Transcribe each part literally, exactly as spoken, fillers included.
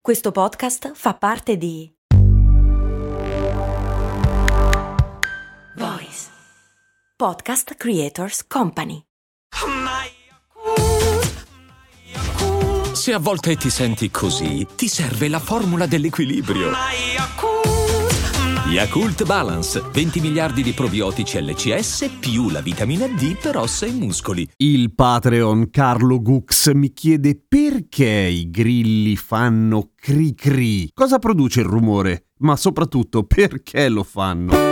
Questo podcast fa parte di Voice Podcast Creators Company. Se a volte ti senti così, ti serve la formula dell'equilibrio. Yakult Balance, venti miliardi di probiotici L C S più la vitamina D per ossa e muscoli. Il Patreon Carlo Gux mi chiede perché i grilli fanno cri cri. Cosa produce il rumore? Ma soprattutto perché lo fanno?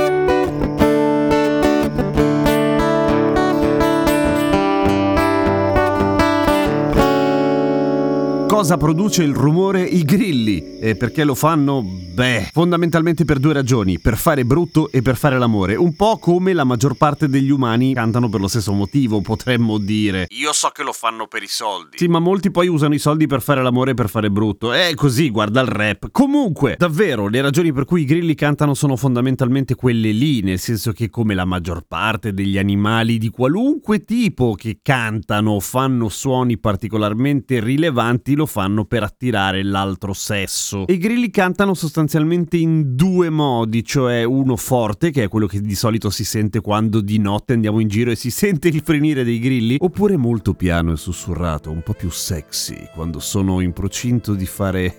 Cosa produce il rumore? I grilli. E perché lo fanno? Beh, fondamentalmente per due ragioni: per fare brutto e per fare l'amore. Un po' come la maggior parte degli umani cantano per lo stesso motivo, potremmo dire. Io so che lo fanno per i soldi. Sì, ma molti poi usano i soldi per fare l'amore e per fare brutto. È così, guarda il rap. Comunque, davvero, le ragioni per cui i grilli cantano sono fondamentalmente quelle lì, nel senso che come la maggior parte degli animali di qualunque tipo che cantano, fanno suoni particolarmente rilevanti, lo fanno per attirare l'altro sesso. E i grilli cantano sostanzialmente in due modi, cioè uno forte, che è quello che di solito si sente quando di notte andiamo in giro e si sente il frenire dei grilli, oppure molto piano e sussurrato, un po' più sexy, quando sono in procinto di fare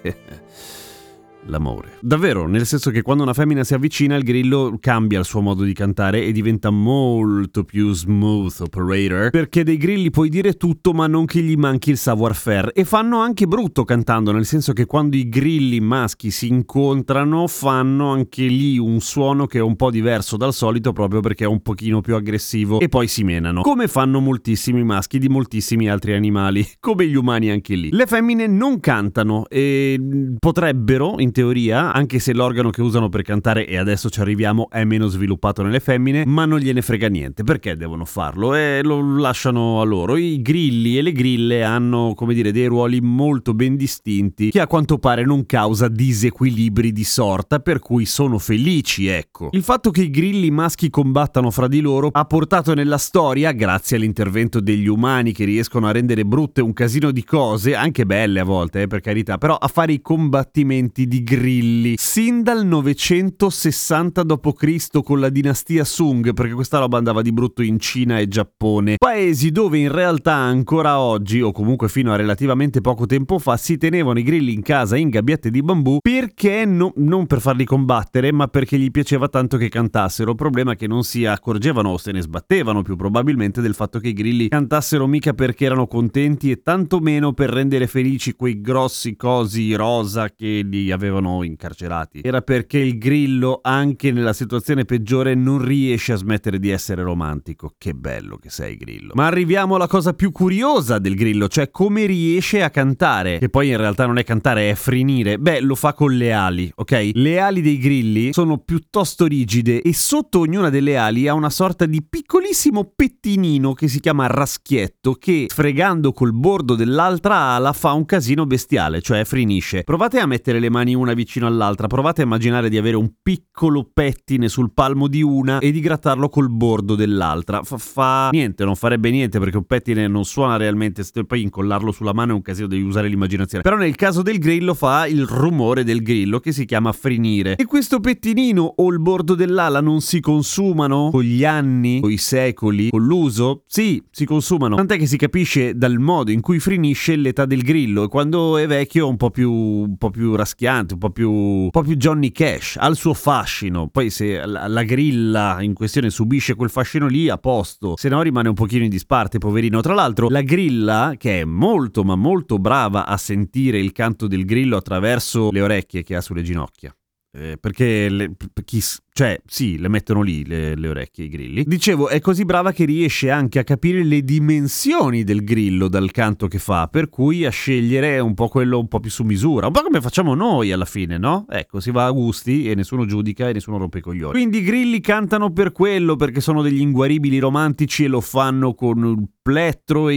l'amore. Davvero, nel senso che quando una femmina si avvicina il grillo cambia il suo modo di cantare e diventa molto più smooth operator, perché dei grilli puoi dire tutto ma non che gli manchi il savoir-faire, e fanno anche brutto cantando, nel senso che quando i grilli maschi si incontrano fanno anche lì un suono che è un po' diverso dal solito, proprio perché è un pochino più aggressivo, e poi si menano, come fanno moltissimi maschi di moltissimi altri animali, come gli umani anche lì. Le femmine non cantano e potrebbero, in teoria, anche se l'organo che usano per cantare, e adesso ci arriviamo, è meno sviluppato nelle femmine, ma non gliene frega niente, perché devono farlo e lo lasciano a loro. I grilli e le grille hanno, come dire, dei ruoli molto ben distinti che a quanto pare non causa disequilibri di sorta, per cui sono felici, ecco. Il fatto che i grilli maschi combattano fra di loro ha portato nella storia, grazie all'intervento degli umani che riescono a rendere brutte un casino di cose, anche belle a volte, eh, per carità, però a fare i combattimenti di grilli sin dal novecentosessanta dopo Cristo con la dinastia Sung, perché questa roba andava di brutto in Cina e Giappone, paesi dove in realtà ancora oggi, o comunque fino a relativamente poco tempo fa, si tenevano i grilli in casa in gabbiette di bambù, perché no, non per farli combattere, ma perché gli piaceva tanto che cantassero. Il problema è che non si accorgevano, o se ne sbattevano più probabilmente, del fatto che i grilli cantassero mica perché erano contenti, e tanto meno per rendere felici quei grossi cosi rosa che li avevano incarcerati. Era perché il grillo, anche nella situazione peggiore, non riesce a smettere di essere romantico. Che bello che sei, grillo. Ma arriviamo alla cosa più curiosa del grillo, cioè come riesce a cantare, che poi in realtà non è cantare, è frinire. Beh, lo fa con le ali, ok? Le ali dei grilli sono piuttosto rigide e sotto ognuna delle ali ha una sorta di piccolissimo pettinino che si chiama raschietto, che sfregando col bordo dell'altra ala fa un casino bestiale, cioè frinisce. Provate a mettere le mani una vicino all'altra, provate a immaginare di avere un piccolo pettine sul palmo di una e di grattarlo col bordo dell'altra. Fa, fa niente, non farebbe niente, perché un pettine non suona realmente, se poi incollarlo sulla mano è un casino, devi usare l'immaginazione. Però nel caso del grillo fa il rumore del grillo, che si chiama frinire. E questo pettinino o il bordo dell'ala non si consumano con gli anni, con i secoli, con l'uso? Sì, si consumano. Tant'è che si capisce dal modo in cui frinisce l'età del grillo, e quando è vecchio è un po' più un po' più raschiante, un po' più un po' più Johnny Cash, ha il suo fascino. Poi se la, la grilla in questione subisce quel fascino lì, a posto, se no rimane un pochino in disparte, poverino. Tra l'altro la grilla, che è molto ma molto brava a sentire il canto del grillo attraverso le orecchie che ha sulle ginocchia, eh, perché le, chi, cioè sì, le mettono lì le, le orecchie, i grilli. Dicevo, è così brava che riesce anche a capire le dimensioni del grillo dal canto che fa, per cui a scegliere un po' quello un po' più su misura, un po' come facciamo noi alla fine, no? Ecco, si va a gusti e nessuno giudica e nessuno rompe i coglioni. Quindi i grilli cantano per quello, perché sono degli inguaribili romantici e lo fanno con il plettro e il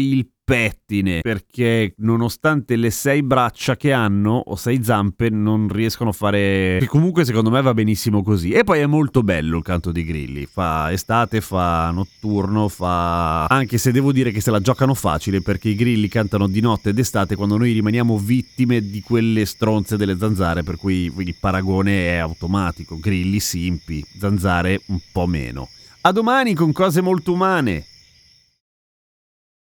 pettine, perché nonostante le sei braccia che hanno o sei zampe non riescono a fare, che comunque secondo me va benissimo così. E poi è molto bello il canto dei grilli, fa estate, fa notturno, fa, anche se devo dire che se la giocano facile, perché i grilli cantano di notte ed estate quando noi rimaniamo vittime di quelle stronze delle zanzare, per cui il paragone è automatico, grilli simpi, zanzare un po' meno. A domani con cose molto umane.